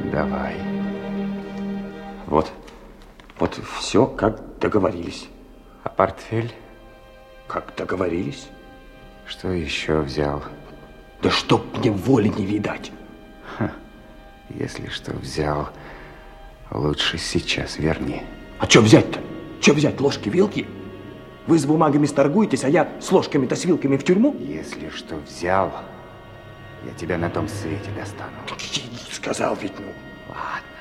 Давай. Вот все, как договорились. А портфель? Как договорились. Что еще взял? Да чтоб мне воли не видать. Если что взял, лучше сейчас верни. А что взять-то? Что взять, ложки-вилки? Вы с бумагами сторгуетесь, а я с ложками-то с вилками в тюрьму? Если что взял, я тебя на том свете достану. Сказал ведь, ну. Ладно.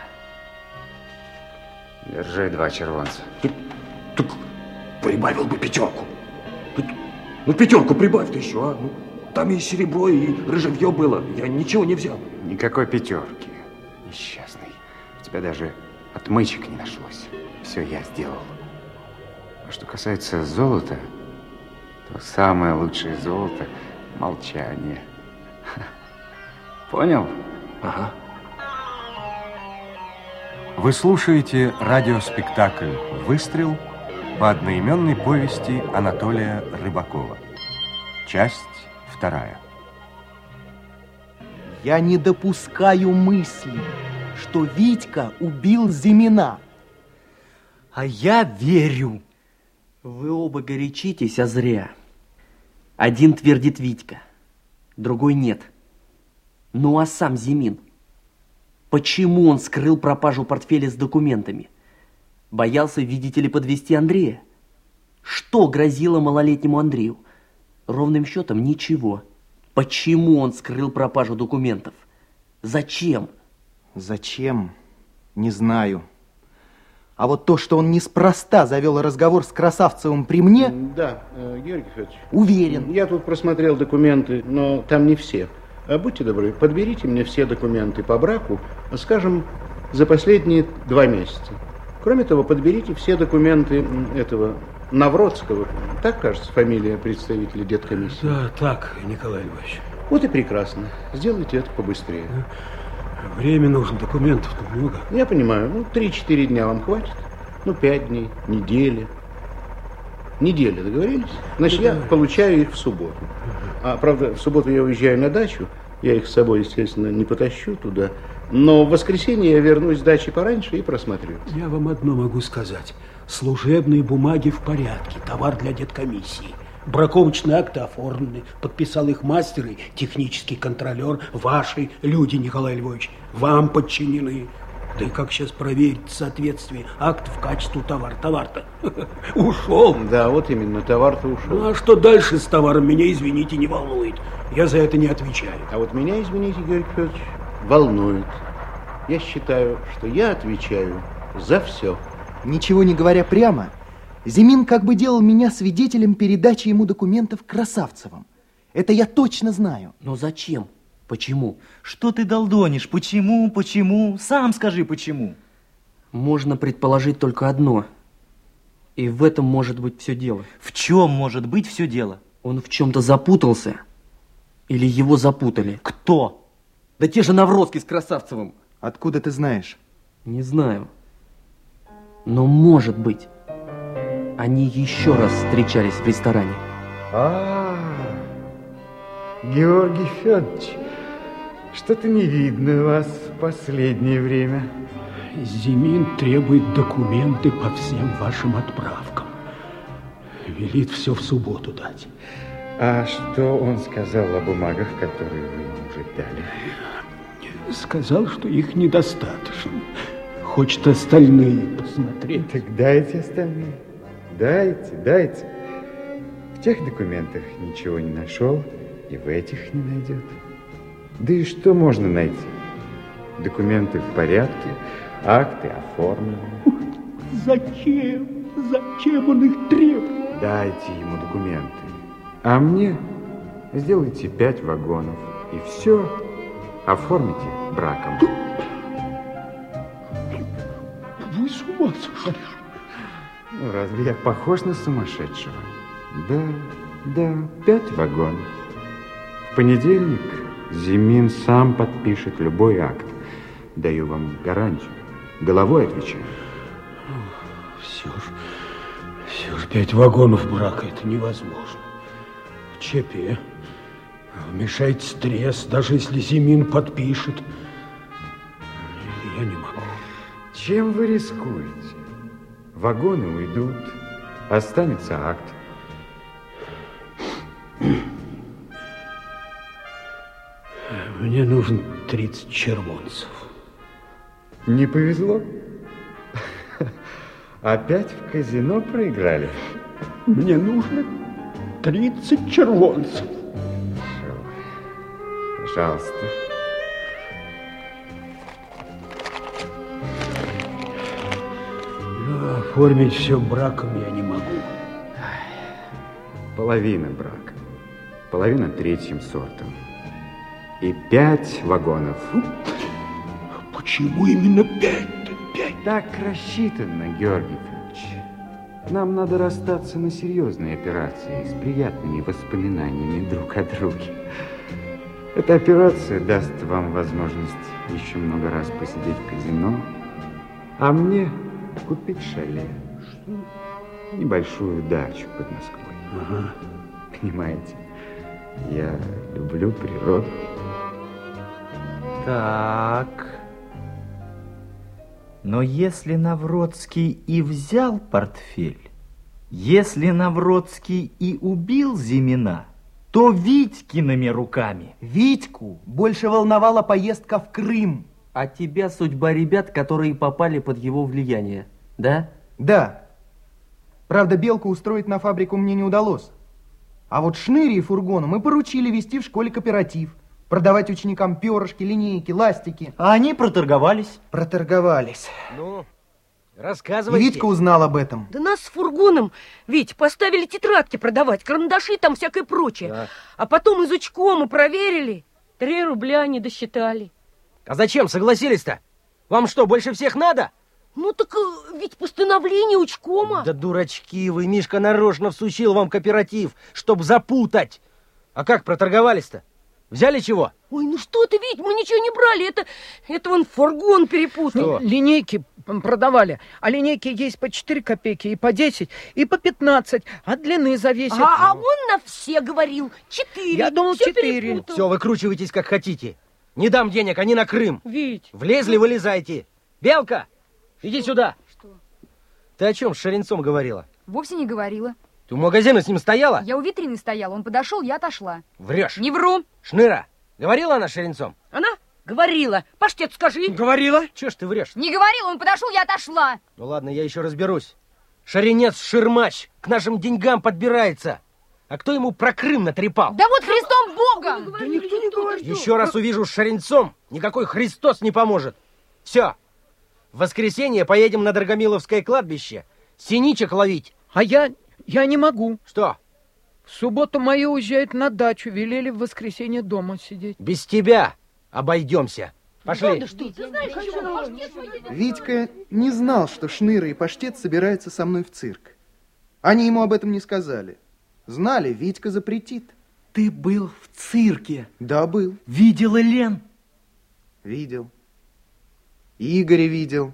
Держи 2 червонца. Так прибавил бы 5. Ну, 5 прибавь-то еще, а? Ну, там и серебро, и рыжевье было. Я ничего не взял. Никакой 5. Несчастный. У тебя даже отмычек не нашлось. Все я сделал. А что касается золота, то самое лучшее золото – молчание. Понял? Ага. Вы слушаете радиоспектакль «Выстрел» по одноименной повести Анатолия Рыбакова. Часть 2. Я не допускаю мысли, что Витька убил Зимина. А я верю. Вы оба горячитесь, а зря. Один твердит Витька, другой нет. Ну а сам Зимин? Почему он скрыл пропажу портфеля с документами? Боялся, видите ли, подвести Андрея? Что грозило малолетнему Андрею? Ровным счетом ничего. Почему он скрыл пропажу документов? Зачем? Зачем? Не знаю. А вот то, что он неспроста завел разговор с Красавцевым при мне... Да, Георгий Федорович. Уверен. Я тут просмотрел документы, но там не все. Будьте добры, подберите мне все документы по браку, скажем, за последние 2 месяца. Кроме того, подберите все документы этого Навродского. Так, кажется, фамилия представителя деткомиссии. Да, так, Николай Львович. Вот и прекрасно. Сделайте это побыстрее. Время нужно, документов много. Я понимаю, 3-4 дня вам хватит? 5 дней, неделя. Неделя, договорились? Значит, я получаю их в субботу. А, правда, в субботу я уезжаю на дачу. Я их с собой, естественно, не потащу туда. Но в воскресенье я вернусь с дачи пораньше и просмотрю. Я вам одно могу сказать. Служебные бумаги в порядке. Товар для деткомиссии. Браковочные акты оформлены. Подписал их мастер и технический контролер. Ваши люди, Николай Львович, вам подчинены. Да и как сейчас проверить соответствие актов качеству товара? Товар-то ушел. Да, вот именно, товар-то ушел. Ну, а что дальше с товаром, меня, извините, не волнует. Я за это не отвечаю. А вот меня, извините, Георгий Федорович, волнует. Я считаю, что я отвечаю за все. Ничего не говоря прямо, Зимин как бы делал меня свидетелем передачи ему документов Красавцевым. Это я точно знаю. Но зачем? Почему? Что ты долдонишь? Почему? Сам скажи, почему. Можно предположить только одно. И в этом может быть все дело. В чем может быть все дело? Он в чем-то запутался. Или его запутали. Кто? Да те же Навродский с Красавцевым. Откуда ты знаешь? Не знаю. Но может быть. Они еще раз встречались в ресторане. Георгий Федорович, что-то не видно вас в последнее время. Зимин требует документы по всем вашим отправкам. Велит все в субботу дать. А что он сказал о бумагах, которые вы ему уже дали? Сказал, что их недостаточно. Хочет остальные посмотреть. Так дайте остальные. Дайте. В тех документах ничего не нашел, и в этих не найдет. Да и что можно найти? Документы в порядке, акты оформлены. Зачем? Зачем он их требует? Дайте ему документы. А мне сделайте 5 вагонов. И все. Оформите браком. Вы с ума сошли? Ну, разве я похож на сумасшедшего? Да, 5 вагонов. В понедельник Зимин сам подпишет любой акт. Даю вам гарантию. Головой отвечаю. Все же 5 вагонов брака, это невозможно. ЧП. Вмешает стресс, даже если Зимин подпишет. Я не могу. Чем вы рискуете? Вагоны уйдут, останется акт. Мне нужно 30 червонцев. Не повезло? Опять в казино проиграли? Мне нужно 30 червонцев. Пожалуйста. Но оформить все браком я не могу. Половина брака, половина третьим сортом. И 5 вагонов. Почему именно 5? Так рассчитано, Георгий Федорович. Нам надо расстаться на серьезной операции с приятными воспоминаниями друг о друге. Эта операция даст вам возможность еще много раз посидеть в казино, а мне купить шале. Что? Небольшую дачу под Москвой. Ага. Понимаете, я люблю природу. Так. Но если Навродский и взял портфель, если Навродский и убил Зимина, то Витькиными руками. Витьку больше волновала поездка в Крым. А тебя судьба ребят, которые попали под его влияние, да? Да. Правда, Белку устроить на фабрику мне не удалось. А вот Шныре и Фургону мы поручили вести в школе кооператив. Продавать ученикам перышки, линейки, ластики. А они проторговались. Проторговались. Ну, И рассказывайте. Витька узнал об этом. Да нас с Фургоном, Вить, поставили тетрадки продавать, карандаши там всякое прочее. Да. А потом из учкома проверили, 3 рубля не досчитали. А зачем согласились-то? Вам что, больше всех надо? Ну так ведь постановление учкома. Да дурачки вы, Мишка нарочно всучил вам кооператив, чтоб запутать. А как проторговались-то? Взяли чего? Ой, ну что ты, Вить, мы ничего не брали, это вон Фургон перепутал. Что? Линейки продавали, а линейки есть по 4 копейки, и по 10, и по 15, от длины зависит. А он на все говорил 4. Я думал, Всё 4. перепутал. Все, выкручивайтесь как хотите. Не дам денег, они на Крым. Вить. Влезли, вылезайте. Белка, иди сюда. Что? Ты о чем с Шаренцом говорила? Вовсе не говорила. Ты у магазина с ним стояла? Я у витрины стояла, он подошел, я отошла. Врешь. Не вру. Шныра, говорила она с Шаренцом? Она говорила. Паштет скажи. Говорила. Чего ж ты врешь? Не говорила, он подошел, я отошла. Ну ладно, я еще разберусь. Шаренец Ширмач к нашим деньгам подбирается. А кто ему про Крым натрепал? Да вот Христом Богом! Да никто не говорит. Еще раз увижу с Шаренцом, никакой Христос не поможет. Все. В воскресенье поедем на Драгомиловское кладбище синичек ловить. А я не могу. Что? В субботу мои уезжают на дачу, велели в воскресенье дома сидеть. Без тебя обойдемся. Пошли. Да что ты знаешь, чего? Витька не знал, что Шныра и Паштет собираются со мной в цирк. Они ему об этом не сказали. Знали, Витька запретит. Ты был в цирке. Да, был. Видела Лен? Видел. Игоря видел.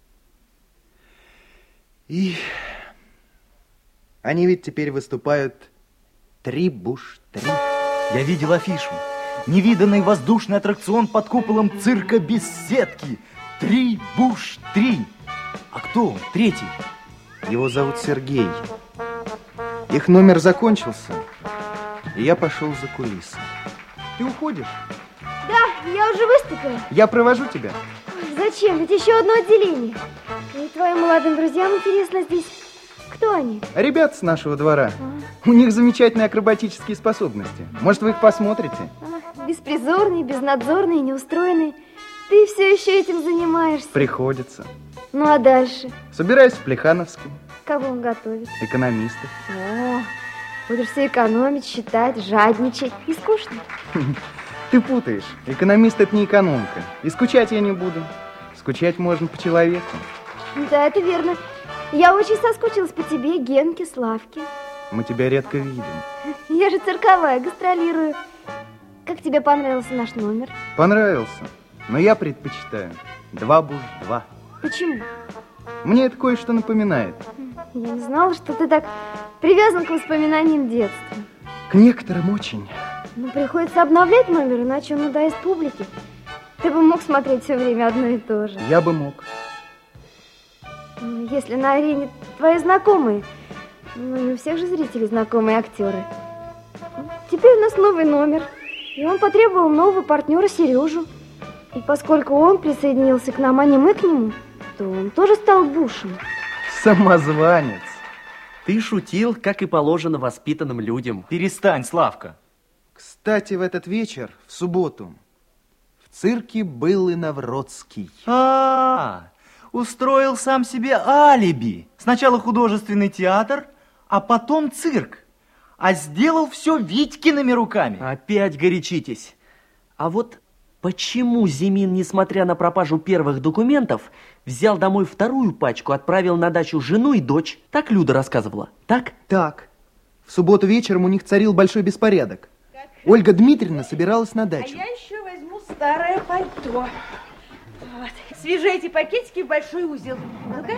И они ведь теперь выступают 3-буш-3. Я видел афишу. Невиданный воздушный аттракцион под куполом цирка без сетки. 3-буш-3. А кто он? Третий? Его зовут Сергей. Их номер закончился, и я пошел за кулисы. Ты уходишь? Да, я уже выступила. Я провожу тебя. Зачем? Ведь еще одно отделение. И твоим молодым друзьям интересно здесь. Кто они? Ребята с нашего двора. У них замечательные акробатические способности. Может, вы их посмотрите? Беспризорные, безнадзорные, неустроенные. Ты все еще этим занимаешься. Приходится. Ну а дальше? Собираюсь в Плехановский. Кого он готовит? Экономистов. О, будешь все экономить, считать, жадничать. Не скучно? Ты путаешь. Экономист – это не экономка. И скучать я не буду. Скучать можно по человеку. Да, это верно. Я очень соскучилась по тебе, Генке, Славке. Мы тебя редко видим. Я же цирковая, гастролирую. Как тебе понравился наш номер? Понравился. Но я предпочитаю 2-буш-2. Почему? Мне это кое-что напоминает. Я не знала, что ты так привязан к воспоминаниям детства. К некоторым очень. Ну, приходится обновлять номер, иначе он надоест публике. Ты бы мог смотреть все время одно и то же. Я бы мог. Если на арене твои знакомые, не у всех же зрителей знакомые актеры. Теперь у нас новый номер, и он потребовал нового партнера Сережу. И поскольку он присоединился к нам, а не мы к нему, то он тоже стал Бушем. Самозванец. Ты шутил, как и положено воспитанным людям. Перестань, Славка. Кстати, в этот вечер, в субботу, в цирке был и Навродский. Устроил сам себе алиби. Сначала художественный театр, а потом цирк. А сделал все Витькиными руками. Опять горячитесь. А вот почему Зимин, несмотря на пропажу первых документов, взял домой вторую пачку, отправил на дачу жену и дочь? Так Люда рассказывала, так? Так. В субботу вечером у них царил большой беспорядок. Ольга Дмитриевна собиралась на дачу. А я еще возьму старое пальто. Вот. Свяжите пакетики в большой узел. Ну-ка.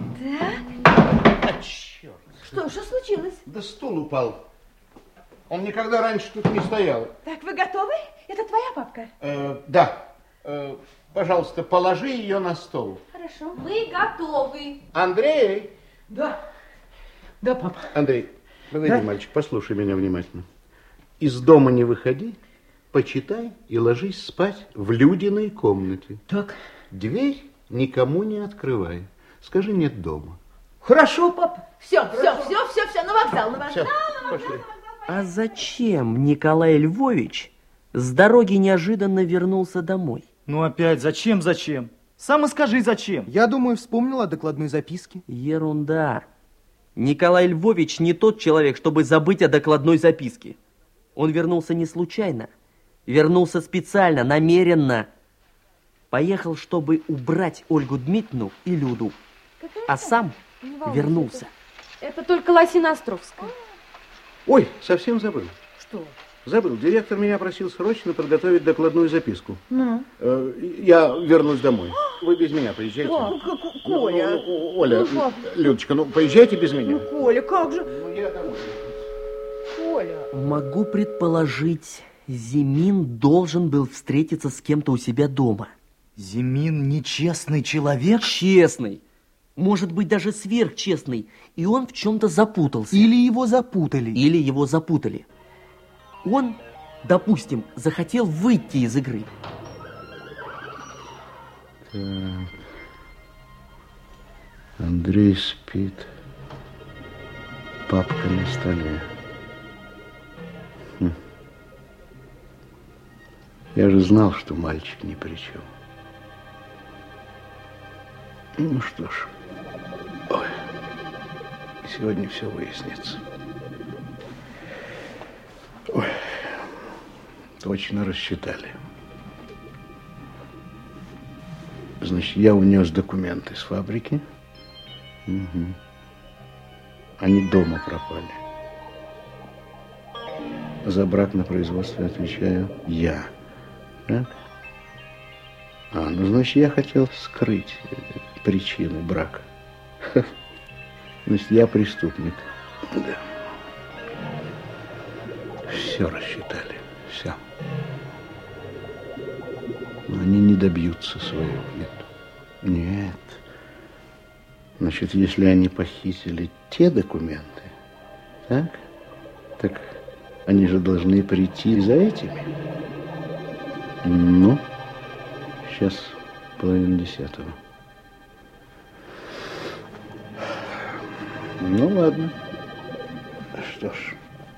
Так. Черт. Что случилось? Да стул упал. Он никогда раньше тут не стоял. Так, вы готовы? Это твоя папка? Да. Пожалуйста, положи ее на стол. Хорошо. Мы готовы. Андрей! Да. Да, папа. Андрей, погоди, мальчик, послушай меня внимательно. Из дома не выходи, почитай и ложись спать в Людиной комнате. Так. Дверь никому не открывай. Скажи, нет дома. Хорошо, папа. Все, на вокзал, Все, пошли. А зачем Николай Львович с дороги неожиданно вернулся домой? Ну опять, зачем? Сам и скажи, зачем. Я думаю, вспомнил о докладной записке. Ерунда. Николай Львович не тот человек, чтобы забыть о докладной записке. Он вернулся не случайно. Вернулся специально, намеренно. Поехал, чтобы убрать Ольгу Дмитриевну и Люду. А сам вернулся. Это только Лосина Островская. Ой, совсем забыл. Что? Забыл. Директор меня просил срочно подготовить докладную записку. Ну? Я вернусь домой. Вы без меня поезжайте. Коля. Оля, Людочка, поезжайте без меня. Коля, как же? Я домой. Коля. Могу предположить, Зимин должен был встретиться с кем-то у себя дома. Зимин нечестный человек? Честный. Может быть, даже сверхчестный. И он в чем-то запутался. Или его запутали. Он, допустим, захотел выйти из игры. Так. Андрей спит. Папка на столе. Я же знал, что мальчик ни при чем. Ну что ж. Ой. Сегодня все выяснится. Ой. Точно рассчитали. Значит, я унес документы с фабрики. Угу. Они дома пропали. За брак на производстве отвечаю я. Так? Значит, я хотел скрыть причины брака. Значит, я преступник. Да. Все рассчитали. Все. Но они не добьются своего. Нет. Значит, если они похитили те документы, так они же должны прийти за этими. Ну, сейчас 9:30. Ну, ладно. Что ж,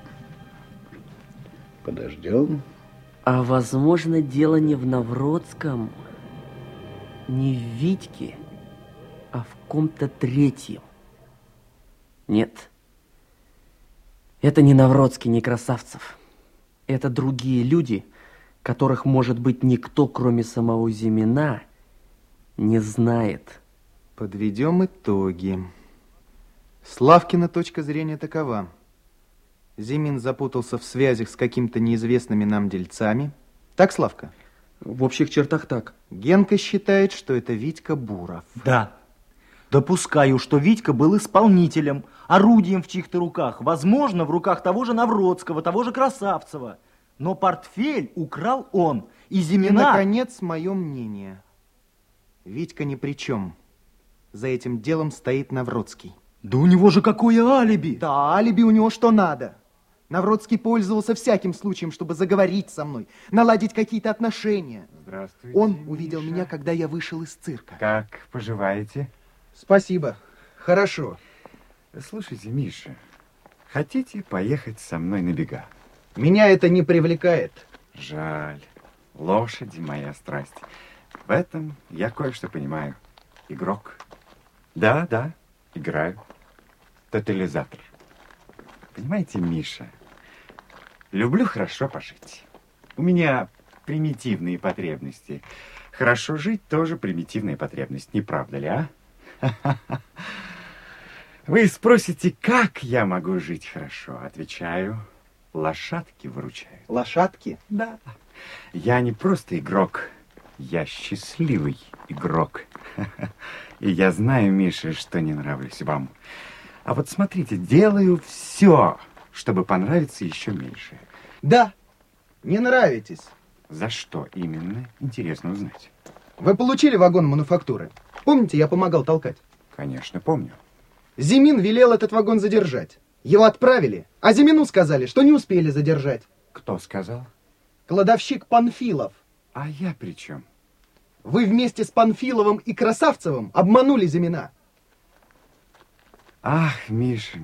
подождем. А возможно, дело не в Навродском, не в Витьке, а в ком-то третьем. Нет, это не Навродский, не Красавцев. Это другие люди, которых, может быть, никто, кроме самого Зимина, не знает. Подведем итоги. Славкина точка зрения такова. Зимин запутался в связях с какими-то неизвестными нам дельцами. Так, Славка? В общих чертах так. Генка считает, что это Витька Буров. Да. Допускаю, что Витька был исполнителем, орудием в чьих-то руках. Возможно, в руках того же Навродского, того же Красавцева. Но портфель украл он. И И, Зимина... наконец, мое мнение. Витька ни при чем. За этим делом стоит Навродский. Да у него же какое алиби! Да, алиби у него что надо. Навродский пользовался всяким случаем, чтобы заговорить со мной, наладить какие-то отношения. Здравствуйте, Он увидел Миша. меня, когда я вышел из цирка. Как поживаете? Спасибо. Хорошо. Слушайте, Миша, хотите поехать со мной на бега? Меня это не привлекает. Жаль. Лошади моя страсть. В этом я кое-что понимаю. Игрок. Да, играю. Тотализатор. Понимаете, Миша, люблю хорошо пожить. У меня примитивные потребности. Хорошо жить тоже примитивная потребность, не правда ли, а? Вы спросите, как я могу жить хорошо? Отвечаю, лошадки выручают. Лошадки? Да. Я не просто игрок, я счастливый игрок. И я знаю, Миша, что не нравлюсь вам. А вот смотрите, делаю все, чтобы понравиться еще меньше. Да, не нравитесь. За что именно? Интересно узнать. Вы получили вагон мануфактуры? Помните, я помогал толкать? Конечно, помню. Зимин велел этот вагон задержать. Его отправили, а Зимину сказали, что не успели задержать. Кто сказал? Кладовщик Панфилов. А я при чем? Вы вместе с Панфиловым и Красавцевым обманули Зимина. Ах, Миша.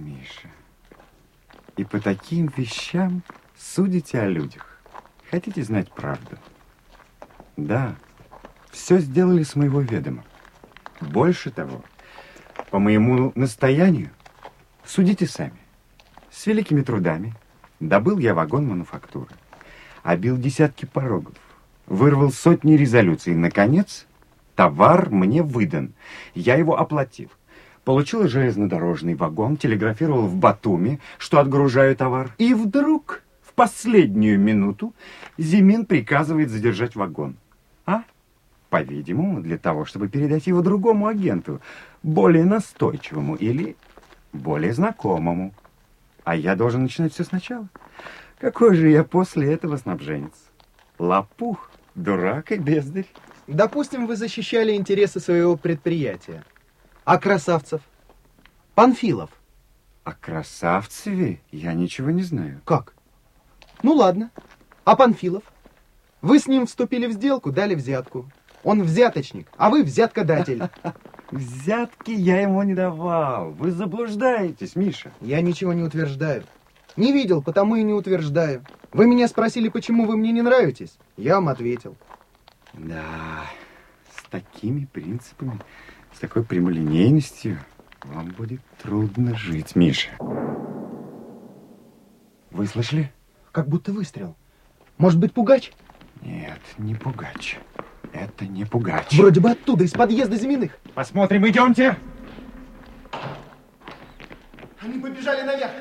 И по таким вещам судите о людях. Хотите знать правду? Да, все сделали с моего ведома. Больше того, по моему настоянию, судите сами. С великими трудами добыл я вагон мануфактуры, обил десятки порогов, вырвал сотни резолюций. Наконец, товар мне выдан. Я его оплатил. Получил железнодорожный вагон, телеграфировал в Батуми, что отгружаю товар. И вдруг, в последнюю минуту, Зимин приказывает задержать вагон. А? По-видимому, для того, чтобы передать его другому агенту, более настойчивому или более знакомому. А я должен начинать все сначала. Какой же я после этого снабженец? Лопух, дурак и бездарь. Допустим, вы защищали интересы своего предприятия. А Красавцев? Панфилов? О Красавцеве я ничего не знаю. Как? Ну ладно. А Панфилов? Вы с ним вступили в сделку, дали взятку. Он взяточник, а вы взяткодатель. Взятки я ему не давал. Вы заблуждаетесь, Миша. Я ничего не утверждаю. Не видел, потому и не утверждаю. Вы меня спросили, почему вы мне не нравитесь. Я вам ответил. Да, с такими принципами, с такой прямолинейностью вам будет трудно жить, Миша. Вы слышали? Как будто выстрел. Может быть, пугач? Нет, не пугач. Это не пугач. Вроде бы оттуда, из подъезда Зиминых. Посмотрим, идемте. Они побежали наверх.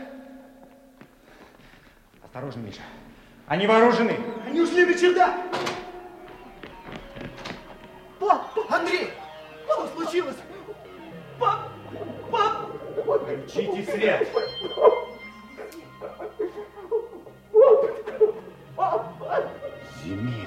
Осторожно, Миша. Они вооружены. Они ушли на чердак. Пап, Андрей, что случилось? Пап. Включите свет. Зимин.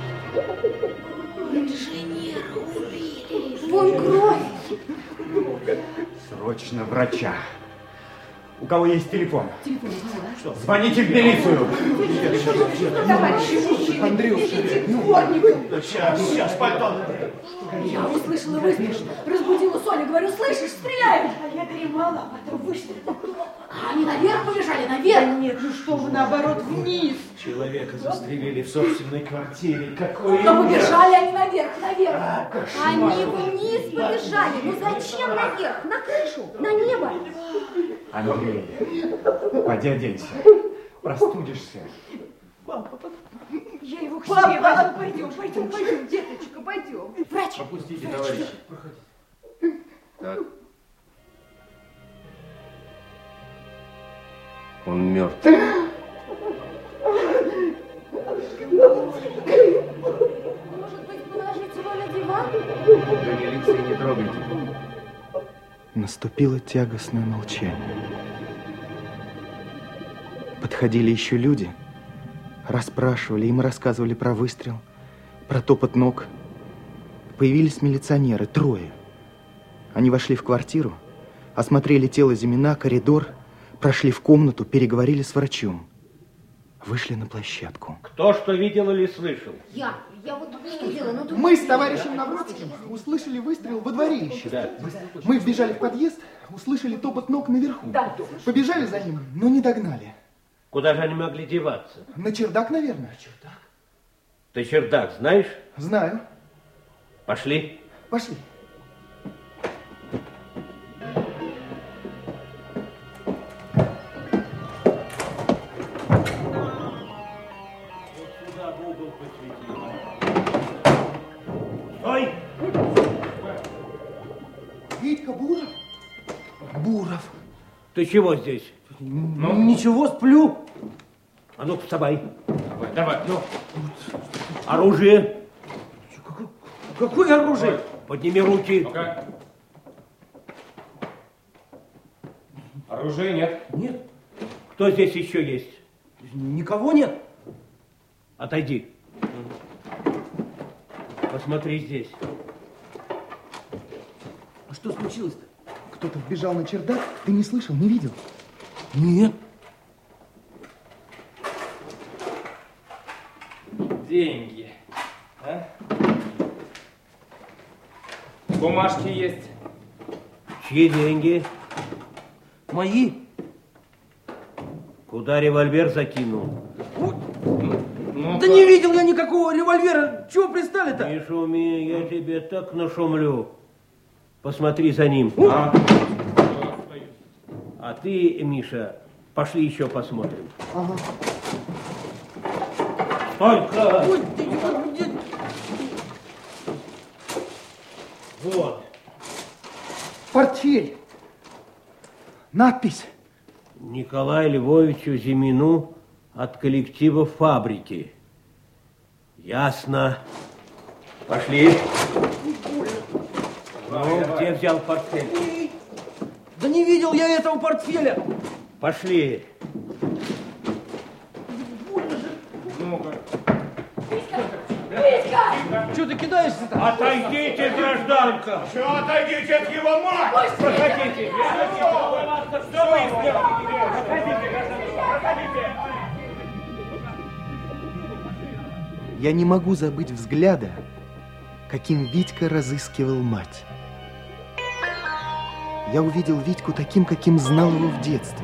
Инженера убили. Вон кровь. Срочно врача. У кого есть телефон? Телефон. Что? Звоните в милицию. Товарищи, Ну, сейчас, пальто. Я услышала выстрел. Разбудила Соню. Говорю, слышишь, стреляют. А я дремала, а потом выстрелила. А они наверх побежали, наверх. Да нет, ну что вы, наоборот, вниз. Человека застрелили в собственной квартире. Какой Но побежали они наверх. Они вниз побежали. Ну зачем наверх? На крышу, на небо. Андрей, пойди оденься. Простудишься. Я его к себе возьму. Пойдем, деточка, пойдем. Врач. Пропустите, товарищи. Так. Он мертв. Может быть, положить его на диван? До милиции не трогайте. Наступило тягостное молчание. Подходили еще люди, Расспрашивали, им рассказывали про выстрел, про топот ног. Появились милиционеры, 3. Они вошли в квартиру, осмотрели тело Зимина, коридор, прошли в комнату, переговорили с врачом. Вышли на площадку. Кто что видел или слышал? Я вот не видела, но тут... Мы с товарищем Навродским услышали выстрел во дворище. Да. Мы вбежали в подъезд, услышали топот ног наверху. Да. Побежали за ним, но не догнали. Куда же они могли деваться? На чердак, наверное. На чердак? Ты чердак знаешь? Знаю. Пошли. Пошли. Стой! Витька, Буров? Буров. Ты чего здесь? Ничего, сплю. А ну, вставай. Давай. Ну. Оружие. Какое оружие? Подними руки. Ну-ка. Оружия нет. Нет. Кто здесь еще есть? Никого нет. Отойди. Посмотри здесь. А что случилось-то? Кто-то вбежал на чердак. Ты не слышал, не видел? Нет. Деньги. А? Бумажки есть. Чьи деньги? Мои. Куда револьвер закинул? Да не видел я никакого револьвера. Чего пристали-то? Не шуми, я тебе так нашумлю. Посмотри за ним. А ты, Миша, пошли еще посмотрим. Ага. Только! Ой, Вот. Портфель. Надпись. Николаю Львовичу Зимину от коллектива фабрики. Ясно. Пошли. Ну, где взял портфель? Да не видел я этого портфеля. Пошли. Ну-ка. Что ты кидаешься-то? Отойдите, гражданка! Что отойдите от его мать? Проходите! Я не могу забыть взгляда, каким Витька разыскивал мать. Я увидел Витьку таким, каким знал его в детстве.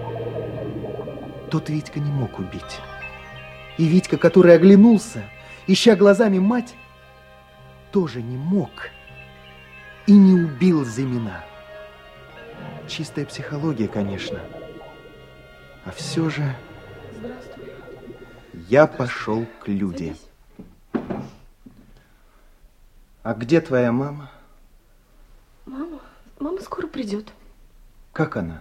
Тот Витька не мог убить. И Витька, который оглянулся, ища глазами мать, тоже не мог и не убил Зимина. Чистая психология, конечно. А все же... Здравствуй. Я пошел к Люде. А где твоя мама? Мама скоро придет. Как она?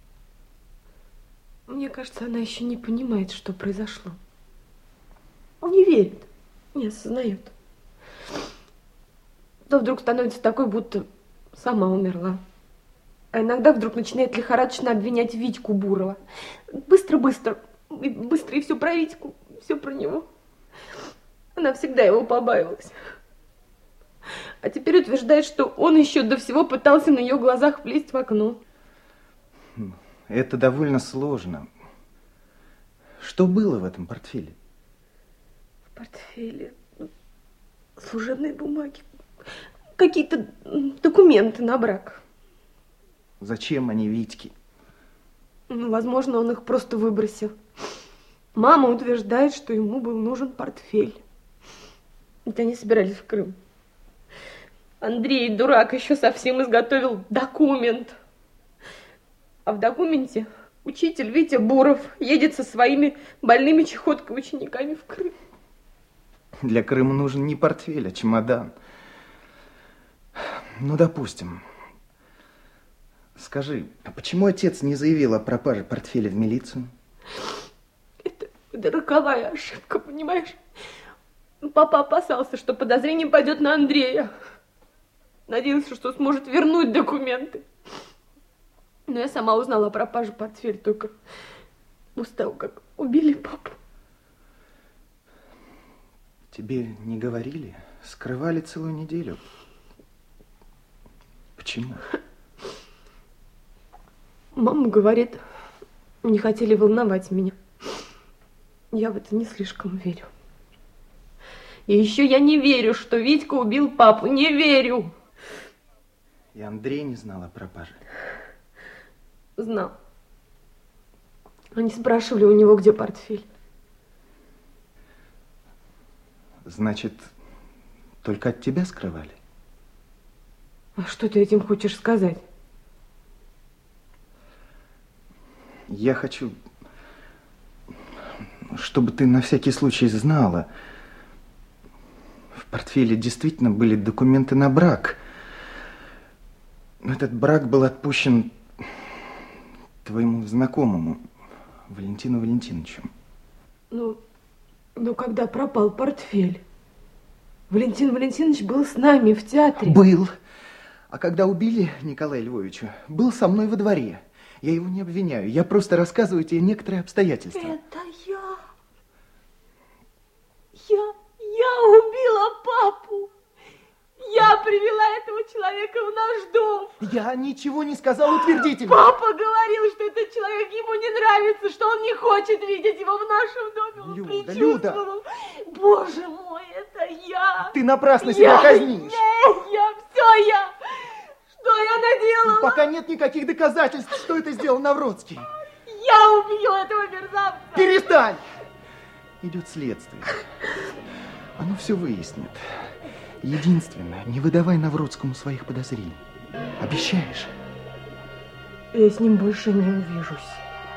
Мне кажется, она еще не понимает, что произошло. Не верит, не осознает. То вдруг становится такой, будто сама умерла. А иногда вдруг начинает лихорадочно обвинять Витьку Бурова. Быстро-быстро, быстро и все про Витьку, все про него. Она всегда его побаивалась. А теперь утверждает, что он еще до всего пытался на ее глазах влезть в окно. Это довольно сложно. Что было в этом портфеле? В портфеле служебные бумаги, какие-то документы на брак. Зачем они Витьке? Возможно, он их просто выбросил. Мама утверждает, что ему был нужен портфель. Ведь они собирались в Крым. Андрей, дурак, еще совсем изготовил документ. А в документе учитель Витя Буров едет со своими больными чехоткой учениками в Крым. Для Крыма нужен не портфель, а чемодан. Ну, допустим. Скажи, а почему отец не заявил о пропаже портфеля в милицию? Это роковая ошибка, понимаешь? Папа опасался, что подозрение пойдет на Андрея. Надеялся, что сможет вернуть документы. Но я сама узнала о пропаже портфеля только после того, как убили папу. Тебе не говорили? Скрывали целую неделю. Почему? Мама говорит, не хотели волновать меня. Я в это не слишком верю. И еще я не верю, что Витька убил папу. Не верю. И Андрей не знал о пропаже? Знал. Они спрашивали у него, где портфель. Значит, только от тебя скрывали? А что ты этим хочешь сказать? Я хочу, чтобы ты на всякий случай знала. В портфеле действительно были документы на брак. Но этот брак был отпущен твоему знакомому, Валентину Валентиновичу. Ну, когда пропал портфель? Валентин Валентинович был с нами в театре. Был. А когда убили Николая Львовича, был со мной во дворе. Я его не обвиняю, я просто рассказываю тебе некоторые обстоятельства. Это я. Я убила папу. Я привела этого человека в наш дом. Я ничего не сказал утвердительно. Папа говорил, что этот человек ему не нравится, что он не хочет видеть его в нашем доме. Он предчувствовал. Боже мой, это я. Ты напрасно себя казнишь. Я. Что я наделала? Пока нет никаких доказательств, что это сделал Навродский. Я убью этого мерзавца. Перестань. Идет следствие. Оно все выяснит. Единственное, не выдавай Навродскому своих подозрений. Обещаешь? Я с ним больше не увижусь.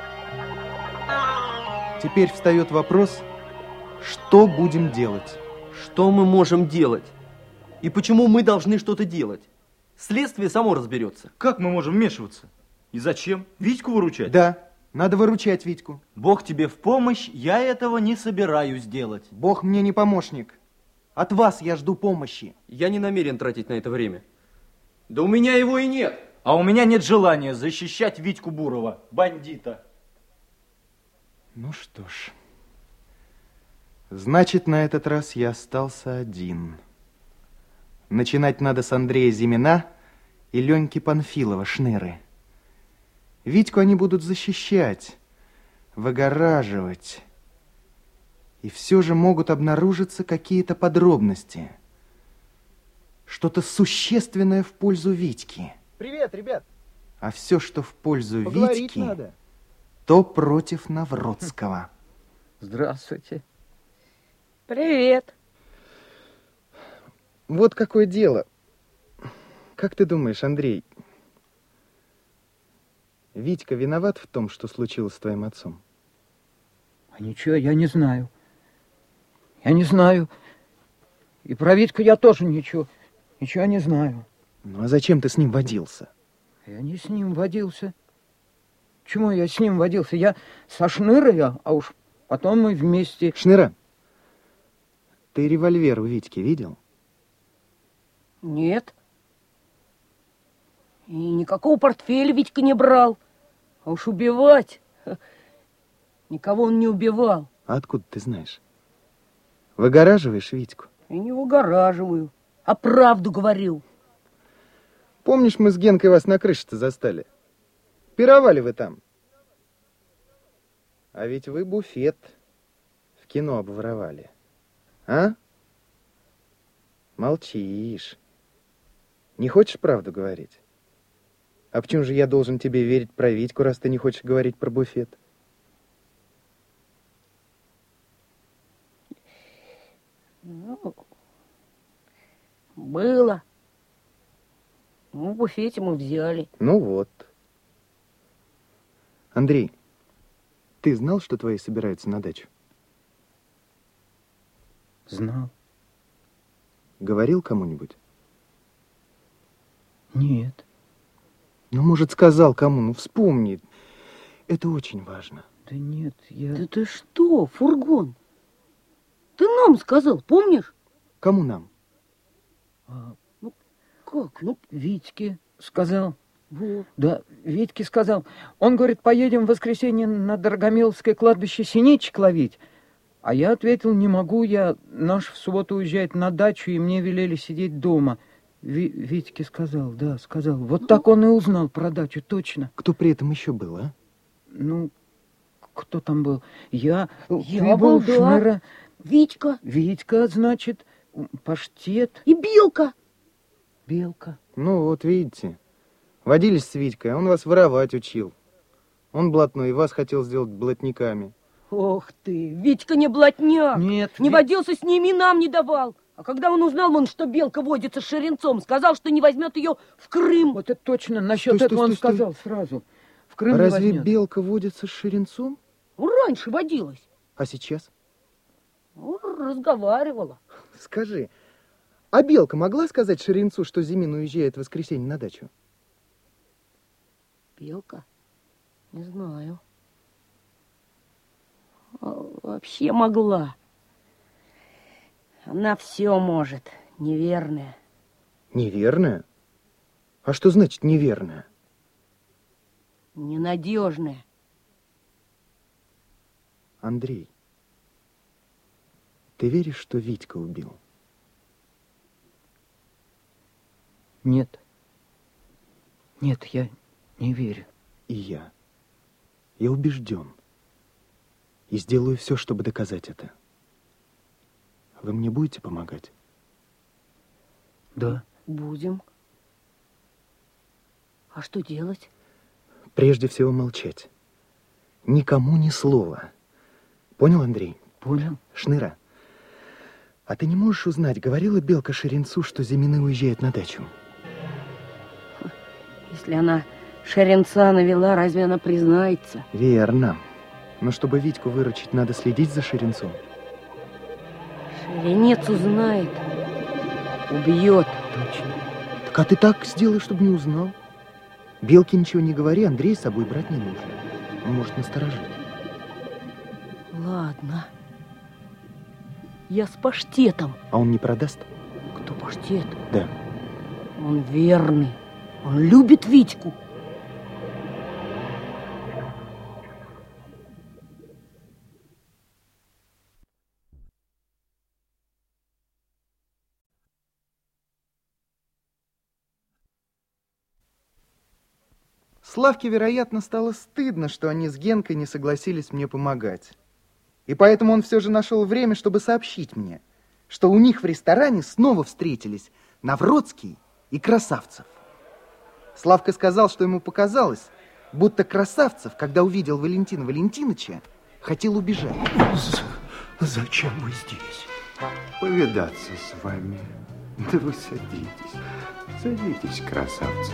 Теперь встает вопрос, что будем делать? Что мы можем делать? И почему мы должны что-то делать? Следствие само разберется. Как мы можем вмешиваться? И зачем? Витьку выручать? Да, надо выручать Витьку. Бог тебе в помощь, я этого не собираюсь делать. Бог мне не помощник. От вас я жду помощи. Я не намерен тратить на это время. Да у меня его и нет. А у меня нет желания защищать Витьку Бурова, бандита. Ну что ж, значит, на этот раз я остался один. Начинать надо с Андрея Зимина и Леньки Панфилова, Шныры. Витьку они будут защищать, выгораживать. И все же могут обнаружиться какие-то подробности. Что-то существенное в пользу Витьки. Привет, ребят. А все, что в пользу Поговорить Витьки, надо. то против Навродского. Здравствуйте. Привет. Вот какое дело. Как ты думаешь, Андрей, Витька виноват в том, что случилось с твоим отцом? А ничего, я не знаю. Я не знаю. И про Витьку я тоже ничего не знаю. Ну, а зачем ты с ним водился? Я не с ним водился. Чему я с ним водился? Я со Шнырой, а уж потом мы вместе... Шныра, ты револьвер у Витьки видел? Нет. И никакого портфеля Витька не брал. А уж убивать... Никого он не убивал. А откуда ты знаешь? Выгораживаешь Витьку? И не выгораживаю, а правду говорю. Помнишь, мы с Генкой вас на крыше-то застали? Пировали вы там. А ведь вы буфет в кино обворовали. А? Молчишь. Не хочешь правду говорить? А почему же я должен тебе верить про Витьку, раз ты не хочешь говорить про буфет? Ну, было. Ну, в буфете мы взяли. Ну вот. Андрей, ты знал, что твои собираются на дачу? Знал. Говорил кому-нибудь? Нет. Ну, может, сказал кому, ну, вспомни. Это очень важно. Да нет, я... Да ты что, Фургон? Ты нам сказал, помнишь? Кому нам? Ну, как? Ну, Витьке сказал. Вот. Да, Витьке сказал. Он говорит, поедем в воскресенье на Дорогомиловское кладбище синичек ловить. А я ответил, не могу, наш в субботу уезжает на дачу, и мне велели сидеть дома. Витьке сказал, да, сказал. Вот так он и узнал про дачу, точно. Кто при этом еще был, а? Ну, кто там был? Я был, да. Шныра. Витька. Витька, значит, Паштет. И Белка. Белка. Ну, вот видите, водились с Витькой, а он вас воровать учил. Он блатной, и вас хотел сделать блатниками. Ох ты, Витька не блатняк. Нет. Не водился с ними и нам не давал. А когда он узнал, что Белка водится с Шеренцом, сказал, что не возьмет ее в Крым. Вот это точно, насчет этого он сказал сразу. В Крым разве не возьмет. Белка водится с Шеренцом? Раньше водилась. А сейчас? Разговаривала. Скажи, а Белка могла сказать Шеренцу, что Зимин уезжает в воскресенье на дачу? Белка? Не знаю. Вообще могла. Она все может. Неверная. Неверная? А что значит неверная? Ненадежная. Андрей, ты веришь, что Витька убил? Нет. Нет, я не верю. И я. Я убежден. И сделаю все, чтобы доказать это. Вы мне будете помогать? Да. Будем. А что делать? Прежде всего молчать. Никому ни слова. Понял, Андрей? Понял. Шныра, а ты не можешь узнать, говорила Белка Шеренцу, что Зимины уезжает на дачу? Если она Шеренца навела, разве она признается? Верно. Но чтобы Витьку выручить, надо следить за Шеренцом. Шеренец узнает. Убьет. Точно. Так а ты так сделай, чтобы не узнал. Белке ничего не говори, Андрея с собой брать не нужно. Он может насторожить. Ладно. Я с Паштетом. А он не продаст? Кто Паштет? Да. Он верный. Он любит Витьку. Славке, вероятно, стало стыдно, что они с Генкой не согласились мне помогать. И поэтому он все же нашел время, чтобы сообщить мне, что у них в ресторане снова встретились Навродский и Красавцев. Славка сказал, что ему показалось, будто Красавцев, когда увидел Валентина Валентиновича, хотел убежать. Зачем вы здесь? Повидаться с вами. Да вы садитесь. Садитесь, Красавцев.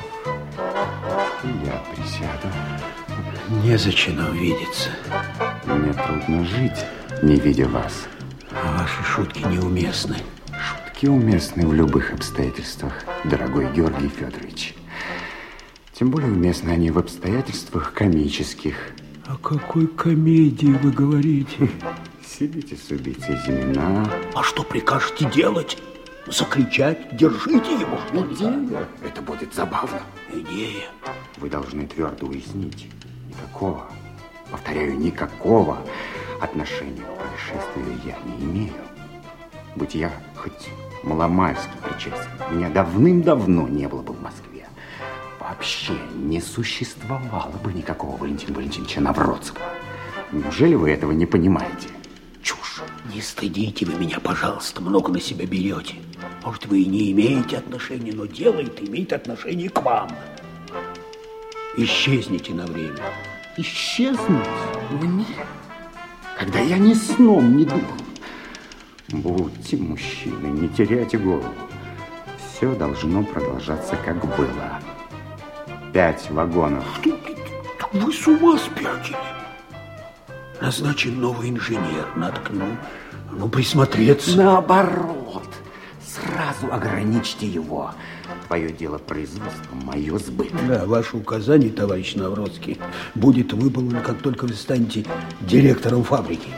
И я присяду. Незачем нам видеться. Мне трудно жить, не видя вас. Ваши шутки неуместны. Шутки уместны в любых обстоятельствах, дорогой Георгий Федорович. Тем более уместны они в обстоятельствах комических. О какой комедии вы говорите? Сидите с убийцей Зимина. А что прикажете делать? Закричать? Держите его, что ли? Идея. Это будет забавно. Идея. Вы должны твердо уяснить. Никакого, повторяю, никакого отношения к происшествию я не имею. Будь я хоть маломальски причастен, меня давным-давно не было бы в Москве. Вообще не существовало бы никакого Валентина Валентиновича Навродского. Неужели вы этого не понимаете? Чушь. Не стыдите вы меня, пожалуйста, много на себя берете. Может, вы и не имеете отношения, но дело это имеет отношение к вам. Исчезните на время. Исчезнуть? Мне? Когда я ни сном, ни духом. Будьте мужчиной, не теряйте голову. Все должно продолжаться, как было. 5 вагонов. Вы с ума спятили. Назначен новый инженер. Надо к нему присмотреться. Наоборот. Сразу ограничьте его. Твое дело производства, мое сбыт. Да, ваше указание, товарищ Навродский, будет выполнено, как только вы станете директором фабрики.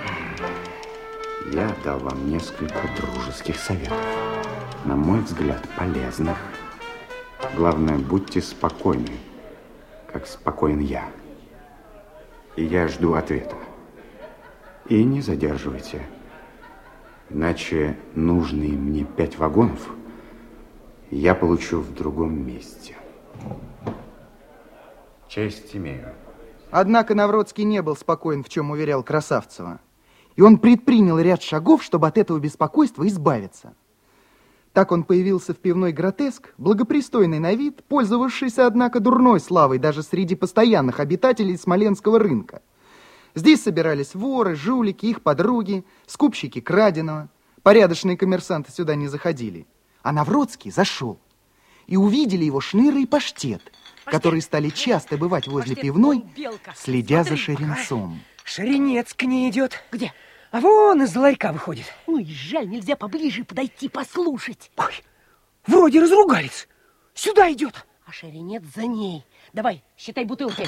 Я дал вам несколько дружеских советов. На мой взгляд, полезных. Главное, будьте спокойны, как спокоен я. И я жду ответа. И не задерживайте. Иначе нужные мне 5 вагонов я получу в другом месте. Честь имею. Однако Навродский не был спокоен, в чем уверял Красавцева. И он предпринял ряд шагов, чтобы от этого беспокойства избавиться. Так он появился в пивной «Гротеск», благопристойный на вид, пользовавшийся, однако, дурной славой даже среди постоянных обитателей Смоленского рынка. Здесь собирались воры, жулики, их подруги, скупщики краденого. Порядочные коммерсанты сюда не заходили. А Навродский зашел. И увидели его Шныра и Паштет, которые стали часто бывать возле пивной, следя за Шеренцом. Шеренец к ней идет. Где? А вон из ларька выходит. Ой, жаль, нельзя поближе подойти послушать. Ой, вроде разругались. Сюда идет. А Шеренец за ней. Давай, считай бутылки.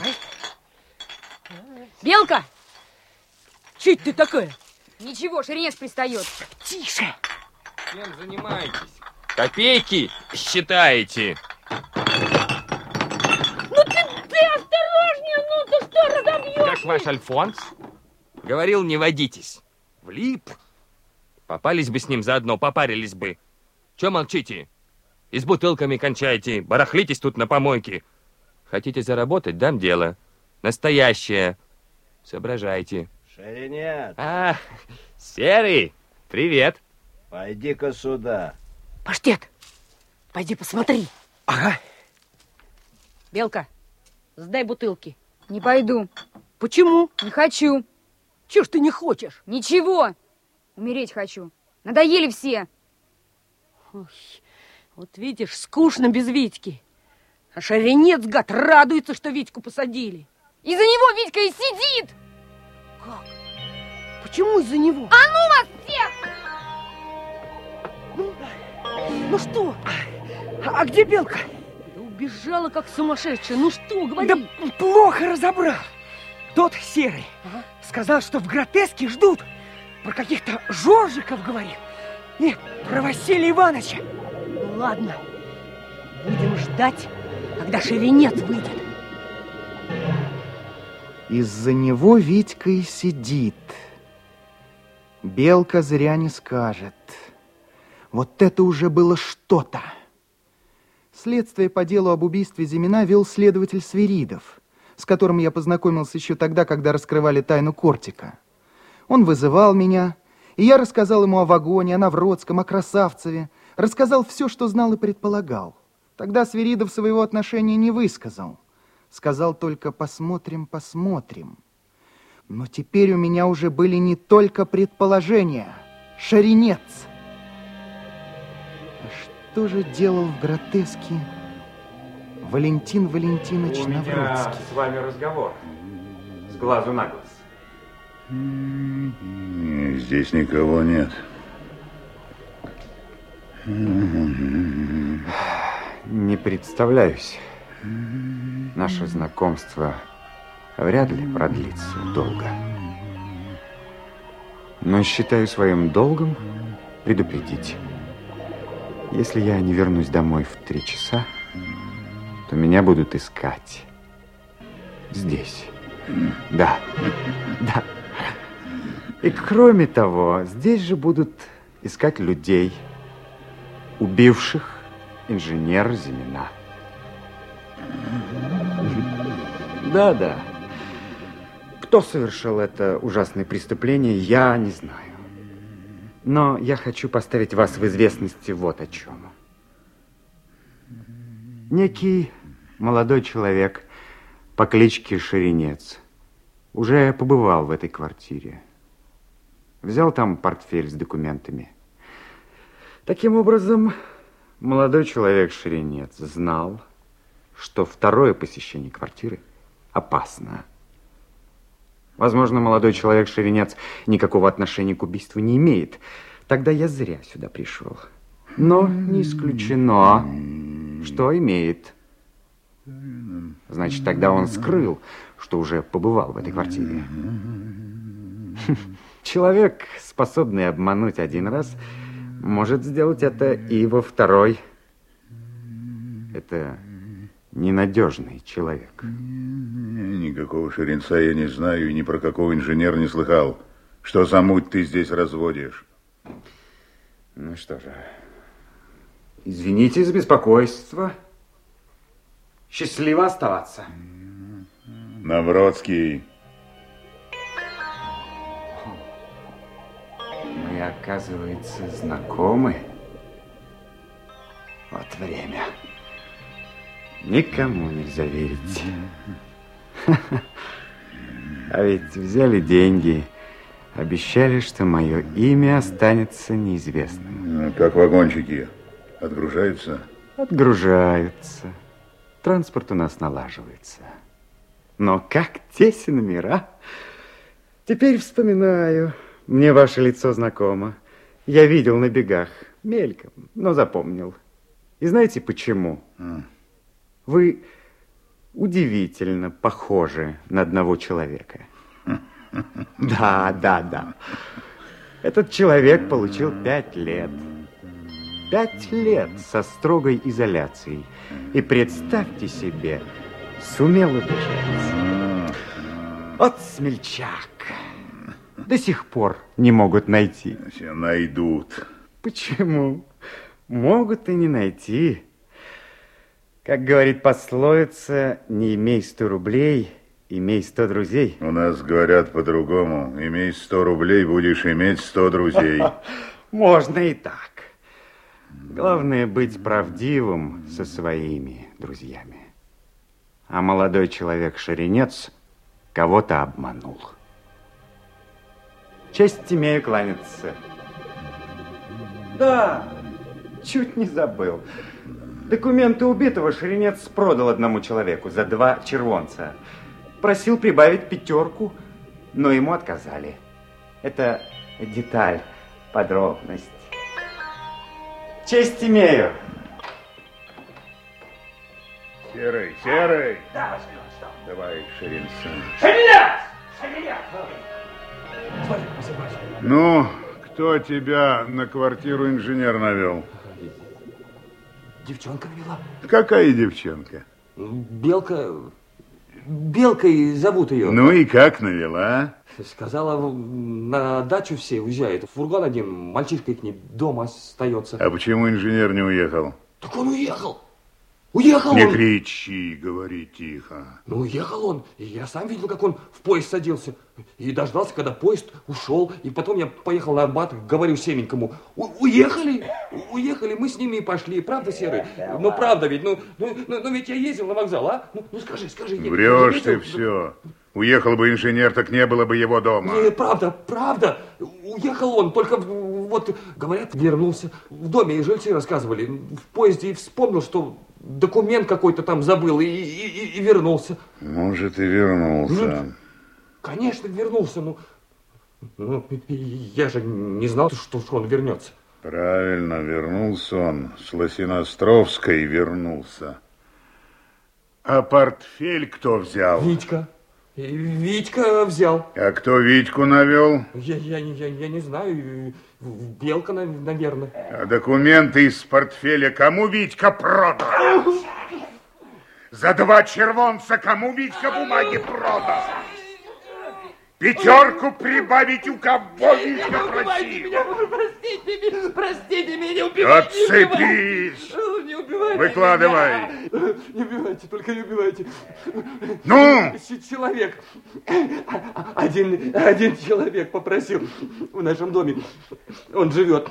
Белка! Чуть ты такая? Ничего, Шеренец пристает. Тише. Чем занимаетесь? Копейки считаете? Ну ты осторожнее, ну ты что, разобьешь? Как ваш Альфонс? Говорил, не водитесь. Влип. Попались бы с ним заодно, попарились бы. Че молчите? И с бутылками кончайте, барахлитесь тут на помойке. Хотите заработать? Дам дело. Настоящее. Соображайте. Шеренец. А, Серый, привет. Пойди-ка сюда. Паштет, пойди посмотри. Ага. Белка, сдай бутылки. Не пойду. Почему? Не хочу. Чего ж ты не хочешь? Ничего. Умереть хочу. Надоели все. Ой, вот видишь, скучно без Витьки. А Шеренец, гад, радуется, что Витьку посадили. Из-за него Витька и сидит. Как? Почему из-за него? А ну вас всех! Ну что? А где Белка? Да убежала, как сумасшедшая. Ну что, говори. Да плохо разобрал. Тот Серый сказал, что в «Гротеске» ждут. Про каких-то Жоржиков говорит. И про Василия Ивановича. Ну ладно, будем ждать, когда Шеренец выйдет. Из-за него Витька и сидит. Белка зря не скажет. Вот это уже было что-то. Следствие по делу об убийстве Зимина вел следователь Свиридов, с которым я познакомился еще тогда, когда раскрывали тайну Кортика. Он вызывал меня, и я рассказал ему о вагоне, о Навродском, о Красавцеве, рассказал все, что знал и предполагал. Тогда Свиридов своего отношения не высказал. Сказал только «посмотрим, посмотрим». Но теперь у меня уже были не только предположения. Шеренец. А что же делал в «Гротеске» Валентин Валентинович Навродский? С вами разговор. С глазу на глаз. Здесь никого нет. Не представляюсь. Наше знакомство вряд ли продлится долго. Но считаю своим долгом предупредить. Если я не вернусь домой в 3 часа, то меня будут искать здесь. Да, да. И кроме того, здесь же будут искать людей, убивших инженера Зимина. Да-да. Кто совершил это ужасное преступление, я не знаю. Но я хочу поставить вас в известность вот о чем. Некий молодой человек по кличке Шеренец уже побывал в этой квартире. Взял там портфель с документами. Таким образом, молодой человек Шеренец знал, что второе посещение квартиры опасно. Возможно, молодой человек Шеренец никакого отношения к убийству не имеет. Тогда я зря сюда пришел. Но не исключено, что имеет. Значит, тогда он скрыл, что уже побывал в этой квартире. Человек, способный обмануть 1 раз, может сделать это и во 2-й. Это ненадежный человек. Никакого Шеренца я не знаю и ни про какого инженера не слыхал. Что за муть ты здесь разводишь? Ну что же, извините за беспокойство. Счастливо оставаться. Навродский. Мы, оказывается, знакомы. Вот время. Никому нельзя верить. А ведь взяли деньги, обещали, что мое имя останется неизвестным. Как вагончики? Отгружаются? Отгружаются. Транспорт у нас налаживается. Но как тесен мир, а? Теперь вспоминаю. Мне ваше лицо знакомо. Я видел на бегах, мельком, но запомнил. И знаете почему? Вы удивительно похожи на одного человека. Да. Этот человек получил 5 лет. 5 лет со строгой изоляцией. И представьте себе, сумел убежать. Вот смельчак. До сих пор не могут найти. Все найдут. Почему? Могут и не найти. Как говорит пословица, не имей 100 рублей, имей 100 друзей. У нас говорят по-другому. Имей 100 рублей, будешь иметь 100 друзей. Можно и так. Главное быть правдивым со своими друзьями. А молодой человек Шеренец кого-то обманул. Честь имею кланяться. Да, чуть не забыл. Документы убитого Шеренец продал одному человеку за 2 червонца. Просил прибавить 5, но ему отказали. Это деталь, подробность. Честь имею. Серый. Да, Василий, что? Давай, Шеренца. Шеренец! Смотри, Василий. Ну, кто тебя на квартиру инженер навел? Девчонка навела. Какая девчонка? Белкой зовут ее. Ну и как навела? Сказала, на дачу все уезжают. Фургон один, мальчишка их дома остается. А почему инженер не уехал? Так он уехал. Уехал не он. Не кричи, говори тихо. Ну, уехал он. И я сам видел, как он в поезд садился. И дождался, когда поезд ушел. И потом я поехал на Арбат, говорю Семенькому, уехали, мы с ними и пошли. Правда, Серый? Ну, правда ведь. Ну, ведь я ездил на вокзал, а? Ну, скажи. Врешь ты все. Уехал бы инженер, так не было бы его дома. Правда. Уехал он, только вот, говорят, вернулся. В доме и жильцы рассказывали. В поезде и вспомнил, что документ какой-то там забыл и вернулся. Может, и вернулся. Ну, конечно, вернулся. Ну, я же не знал, что он вернется. Правильно, вернулся он. С Лосиностровской вернулся. А портфель кто взял? Витька взял. А кто Витьку навел? Я не знаю. Белка, наверное. А документы из портфеля кому Витька продал? За 2 червонца кому Витька бумаги продал? 5 прибавить у кого Витька просил? Простите меня, не убивайте. Отцепись! Не убивайте. Выкладывай. Не убивайте, только не убивайте. Ну? Человек. Один человек попросил в нашем доме. Он живет.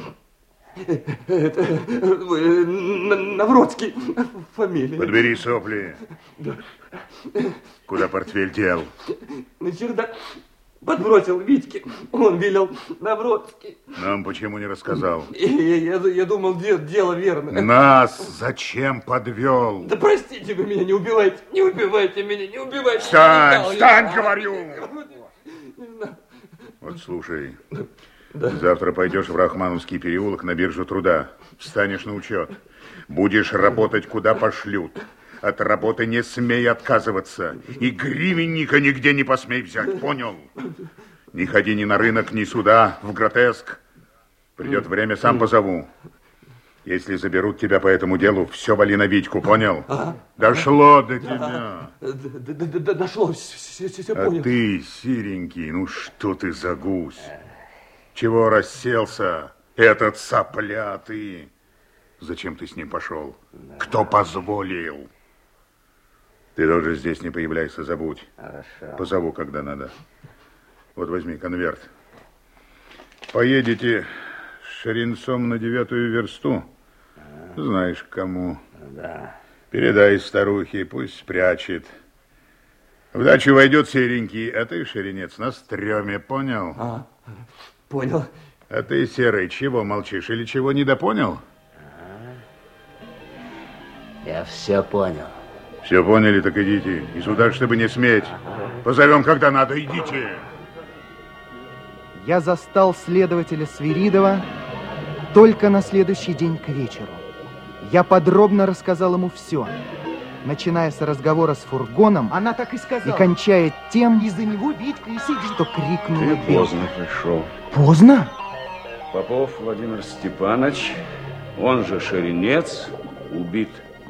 Навродский фамилия. Подбери сопли. Куда портфель дел? На чердак. Подбросил Витьке. Он велел Навродский. Нам почему не рассказал? Я думал, дело верно. Нас зачем подвел? Да простите вы меня, не убивайте. Не убивайте меня, не убивайте. Встань, говорю. Вот слушай. Да. Завтра пойдешь в Рахмановский переулок на биржу труда. Встанешь на учет. Будешь работать, куда пошлют. От работы не смей отказываться. И гривенника нигде не посмей взять, понял? Не ходи ни на рынок, ни сюда, в Гротеск. Придет время, сам позову. Если заберут тебя по этому делу, все вали на Витьку, понял? Дошло до тебя. Дошло, все понял. А ты, серенький, ну что ты за гусь? Чего расселся, этот соплятый? Зачем ты с ним пошел? Кто позволил? Ты тоже здесь не появляйся, забудь. Хорошо. Позову, когда надо. Вот возьми конверт. Поедете с Шеренцом на 9-ю версту. Знаешь, кому. Да. Передай старухе, пусть спрячет. В дачу войдет серенький, а ты, Шеренец, на стреме, понял? Понял. А ты, Серый, чего молчишь или чего недопонял? Я все понял. Все поняли, так идите. И сюда, чтобы не сметь. Позовем, когда надо, идите. Я застал следователя Свиридова только на следующий день к вечеру. Я подробно рассказал ему все, начиная с разговора с фургоном. Она так и сказала. И кончая тем, из-за него Витька и сидит. Что крикнула Ты поздно пришел. Поздно? Попов Владимир Степанович, он же Шеренец, убит.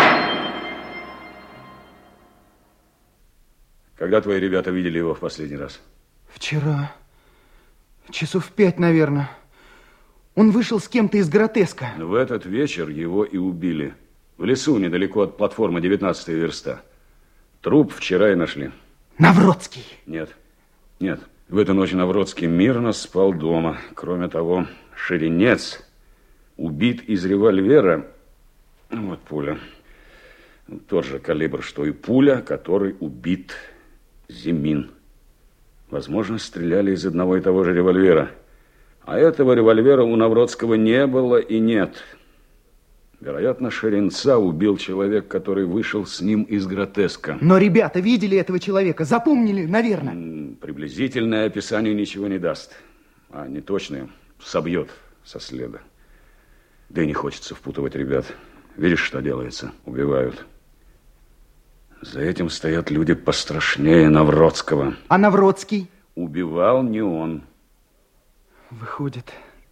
Когда твои ребята видели его в последний раз? Вчера. Часов 5, наверное. Он вышел с кем-то из Гротеска. В этот вечер его и убили. В лесу, недалеко от платформы 19-я верста. Труп вчера и нашли. Навродский? Нет. Нет. В эту ночь Навродский мирно спал дома. Кроме того, Шеренец убит из револьвера. Вот пуля. Тот же калибр, что и пуля, которой убит Зимин. Возможно, стреляли из одного и того же револьвера. А этого револьвера у Навродского не было и нет. Вероятно, Шеренца убил человек, который вышел с ним из Гротеска. Но ребята видели этого человека, запомнили, наверное. Приблизительное описание ничего не даст. А неточное собьет со следа. Да и не хочется впутывать ребят. Видишь, что делается? Убивают. За этим стоят люди пострашнее Навродского. А Навродский? Убивал не он. Выходит,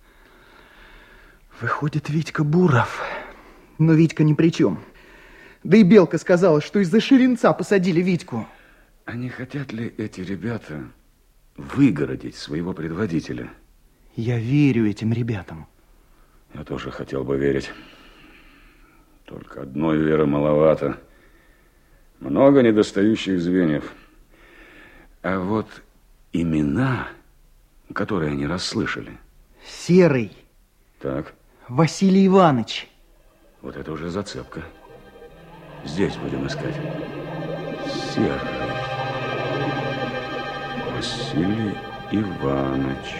Витька Буров. Но Витька ни при чем. Да и Белка сказала, что из-за Шеренца посадили Витьку. А не хотят ли эти ребята выгородить своего предводителя? Я верю этим ребятам. Я тоже хотел бы верить. Только одной веры маловато. Много недостающих звеньев. А вот имена, которые они расслышали. Серый. Так. Василий Иванович. Вот это уже зацепка. Здесь будем искать. Серый. Василий Иванович.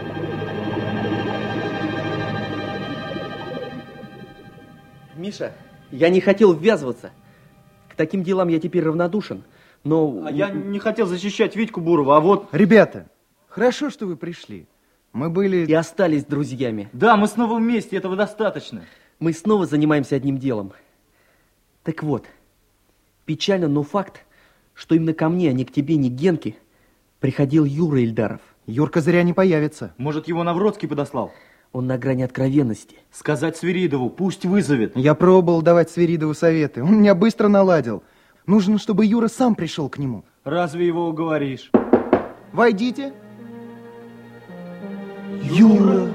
Миша, я не хотел ввязываться. К таким делам я теперь равнодушен, но... А я не хотел защищать Витьку Бурова, а вот... Ребята, хорошо, что вы пришли. Мы были... И остались друзьями. Да, мы снова вместе, этого достаточно. Мы снова занимаемся одним делом. Так вот, печально, но факт, что именно ко мне, а не к тебе, не к Генке, приходил Юра Ильдаров. Юрка зря не появится. Может, его Навродский подослал? Он на грани откровенности. Сказать Свиридову, пусть вызовет. Я пробовал давать Свиридову советы. Он меня быстро наладил. Нужно, чтобы Юра сам пришел к нему. Разве его уговоришь? Войдите. Юра!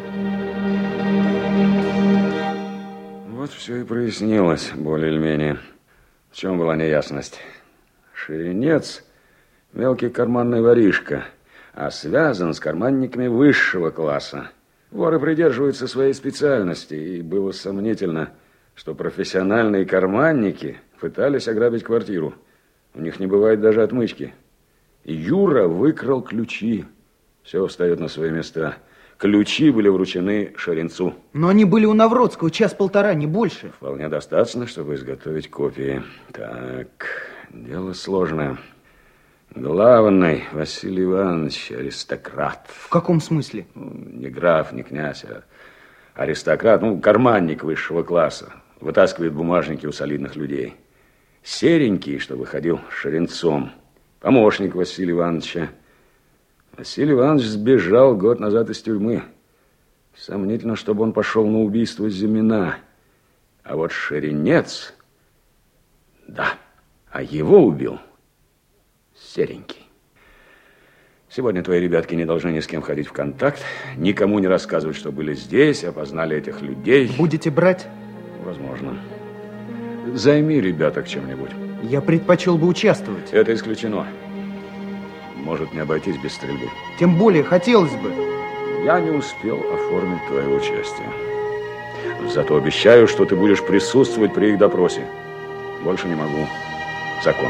Вот все и прояснилось, более или менее. В чем была неясность? Шеренец – мелкий карманный воришка, а связан с карманниками высшего класса. Воры придерживаются своей специальности, и было сомнительно, что профессиональные карманники пытались ограбить квартиру. У них не бывает даже отмычки. И Юра выкрал ключи. Все встает на свои места. Ключи были вручены Шеренцу. Но они были у Навродского час-полтора, не больше. Вполне достаточно, чтобы изготовить копии. Так, дело сложное. Главный Василий Иванович аристократ. В каком смысле? Не граф, не князь, а аристократ, карманник высшего класса. Вытаскивает бумажники у солидных людей. Серенький, что выходил Шеренцом. Помощник Василия Ивановича. Василий Иванович сбежал год назад из тюрьмы. Сомнительно, чтобы он пошел на убийство Зимина. А вот Шеренец, да, а его убил Серенький. Сегодня твои ребятки не должны ни с кем ходить в контакт, никому не рассказывать, что были здесь, опознали этих людей. Будете брать? Возможно. Займи ребяток чем-нибудь. Я предпочел бы участвовать. Это исключено. Может не обойтись без стрельбы. Тем более хотелось бы. Я не успел оформить твое участие. Зато обещаю, что ты будешь присутствовать при их допросе. Больше не могу. Закон.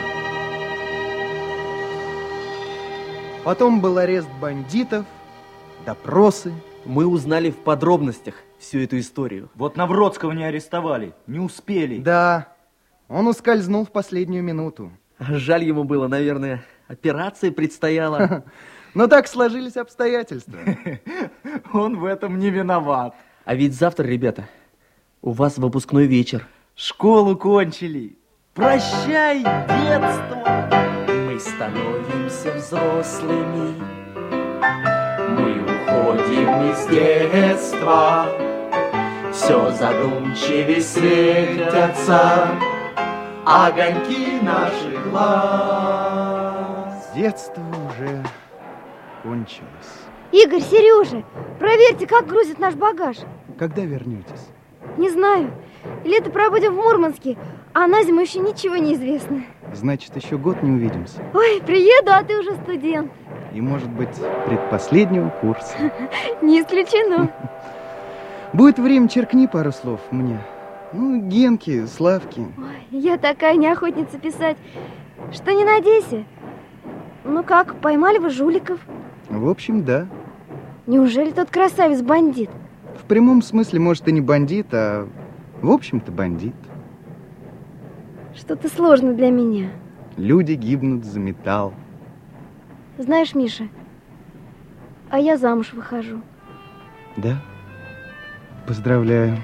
Потом был арест бандитов, допросы. Мы узнали в подробностях всю эту историю. Вот Навродского не арестовали, не успели. Да, он ускользнул в последнюю минуту. Жаль ему было, наверное, операция предстояла. Но так сложились обстоятельства. Он в этом не виноват. А ведь завтра, ребята, у вас выпускной вечер. Школу кончили. Прощай, детство. Мы становимся взрослыми. Мы уходим из детства. Все задумчивее светятся огоньки наших глаз. Детство уже кончилось. Игорь, Сережа, проверьте, как грузит наш багаж. Когда вернетесь? Не знаю. Лето проводим в Мурманске, а на зиму еще ничего не известно. Значит, еще год не увидимся. Ой, приеду, а ты уже студент. И, может быть, предпоследнего курса. Не исключено. Будет время, черкни пару слов мне. Ну, Генки, Славки. Ой, я такая неохотница писать, что не надейся. Ну как, поймали вы жуликов? В общем, да. Неужели тот красавец бандит? В прямом смысле, может, и не бандит, а в общем-то бандит. Что-то сложно для меня. Люди гибнут за металл. Знаешь, Миша, а я замуж выхожу. Да? Поздравляю.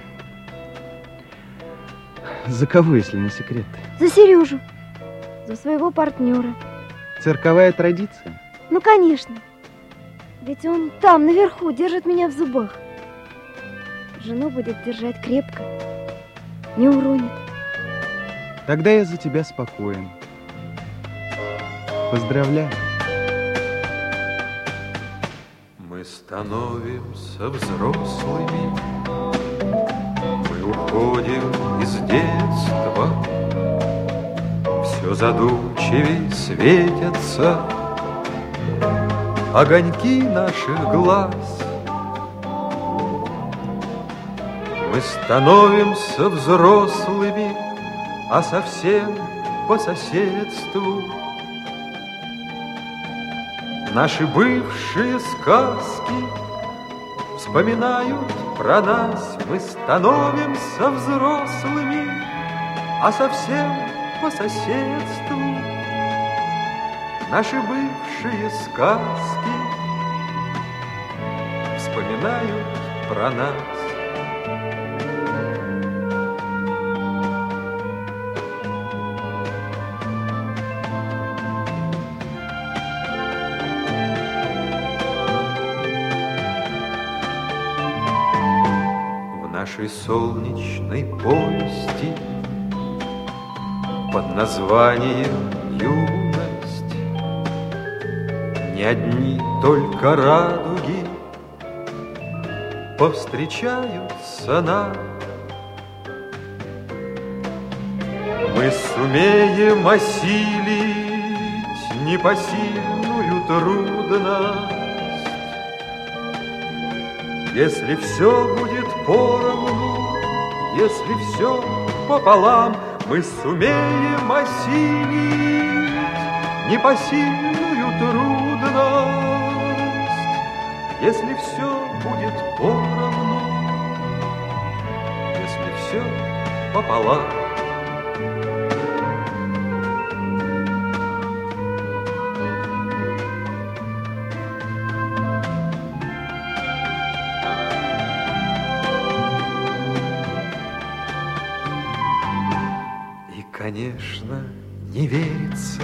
За кого, если не секрет? За Сережу. За своего партнера. Цирковая традиция? Ну, конечно. Ведь он там, наверху, держит меня в зубах. Жену будет держать крепко. Не уронит. Тогда я за тебя спокоен. Поздравляю. Мы становимся взрослыми. Мы уходим из детства. Все задумчивей светятся огоньки наших глаз. Мы становимся взрослыми, а совсем по соседству. Наши бывшие сказки вспоминают про нас. Мы становимся взрослыми, а совсем по соседству. Наши бывшие сказки вспоминают про нас. В нашей солнечной повести под названием «Юность» не одни только радуги повстречаются нам. Мы сумеем осилить непосильную трудность, если все будет поровну, если все пополам. Мы сумеем осилить непосильную трудность, если все будет поровну, если все пополам. Конечно, не верится,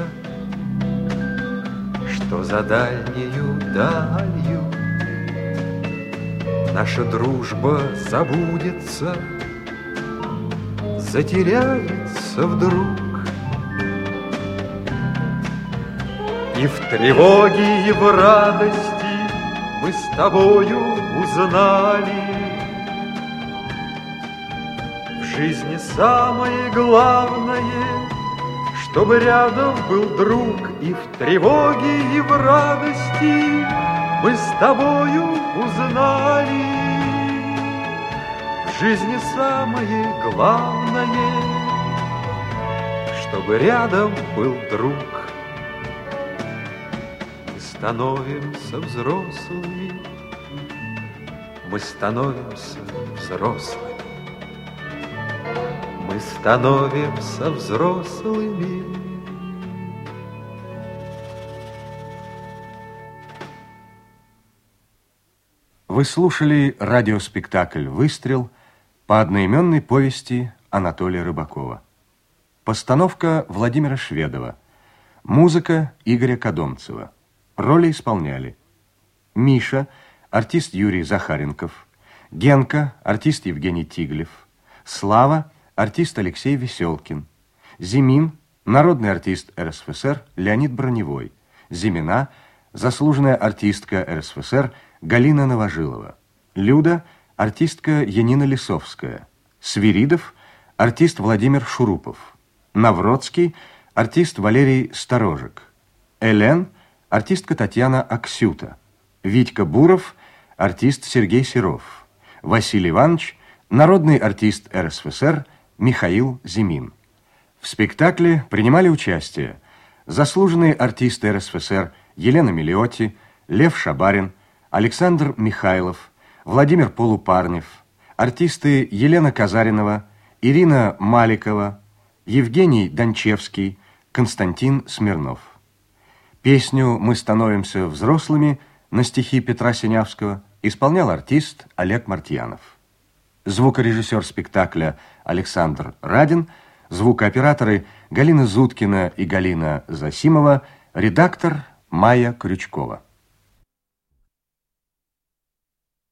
что за дальнею далью наша дружба забудется, затеряется вдруг. И в тревоге, и в радости мы с тобою узнали, в жизни самое главное, чтобы рядом был друг. И в тревоге, и в радости мы с тобою узнали, в жизни самое главное, чтобы рядом был друг. Мы становимся взрослыми, мы становимся взрослыми, мы становимся взрослыми. Вы слушали радиоспектакль «Выстрел» по одноименной повести Анатолия Рыбакова. Постановка Владимира Шведова. Музыка Игоря Кодомцева. Роли исполняли Миша, артист Юрий Захаренков, Генка, артист Евгений Тиглев, Слава, артист Алексей Веселкин, Зимин, народный артист РСФСР Леонид Броневой, Зимина, заслуженная артистка РСФСР Галина Новожилова, Люда, артистка Янина Лисовская, Свиридов, артист Владимир Шурупов, Навродский, артист Валерий Сторожик, Элен, артистка Татьяна Аксюта, Витька Буров, артист Сергей Серов, Василий Иванович, народный артист РСФСР Михаил Зимин. В спектакле принимали участие заслуженные артисты РСФСР Елена Мелиотти, Лев Шабарин, Александр Михайлов, Владимир Полупарнев, артисты Елена Казаринова, Ирина Маликова, Евгений Дончевский, Константин Смирнов. Песню «Мы становимся взрослыми» на стихи Петра Синявского исполнял артист Олег Мартьянов. Звукорежиссер спектакля Александр Радин, звукооператоры Галина Зуткина и Галина Засимова, редактор Майя Крючкова.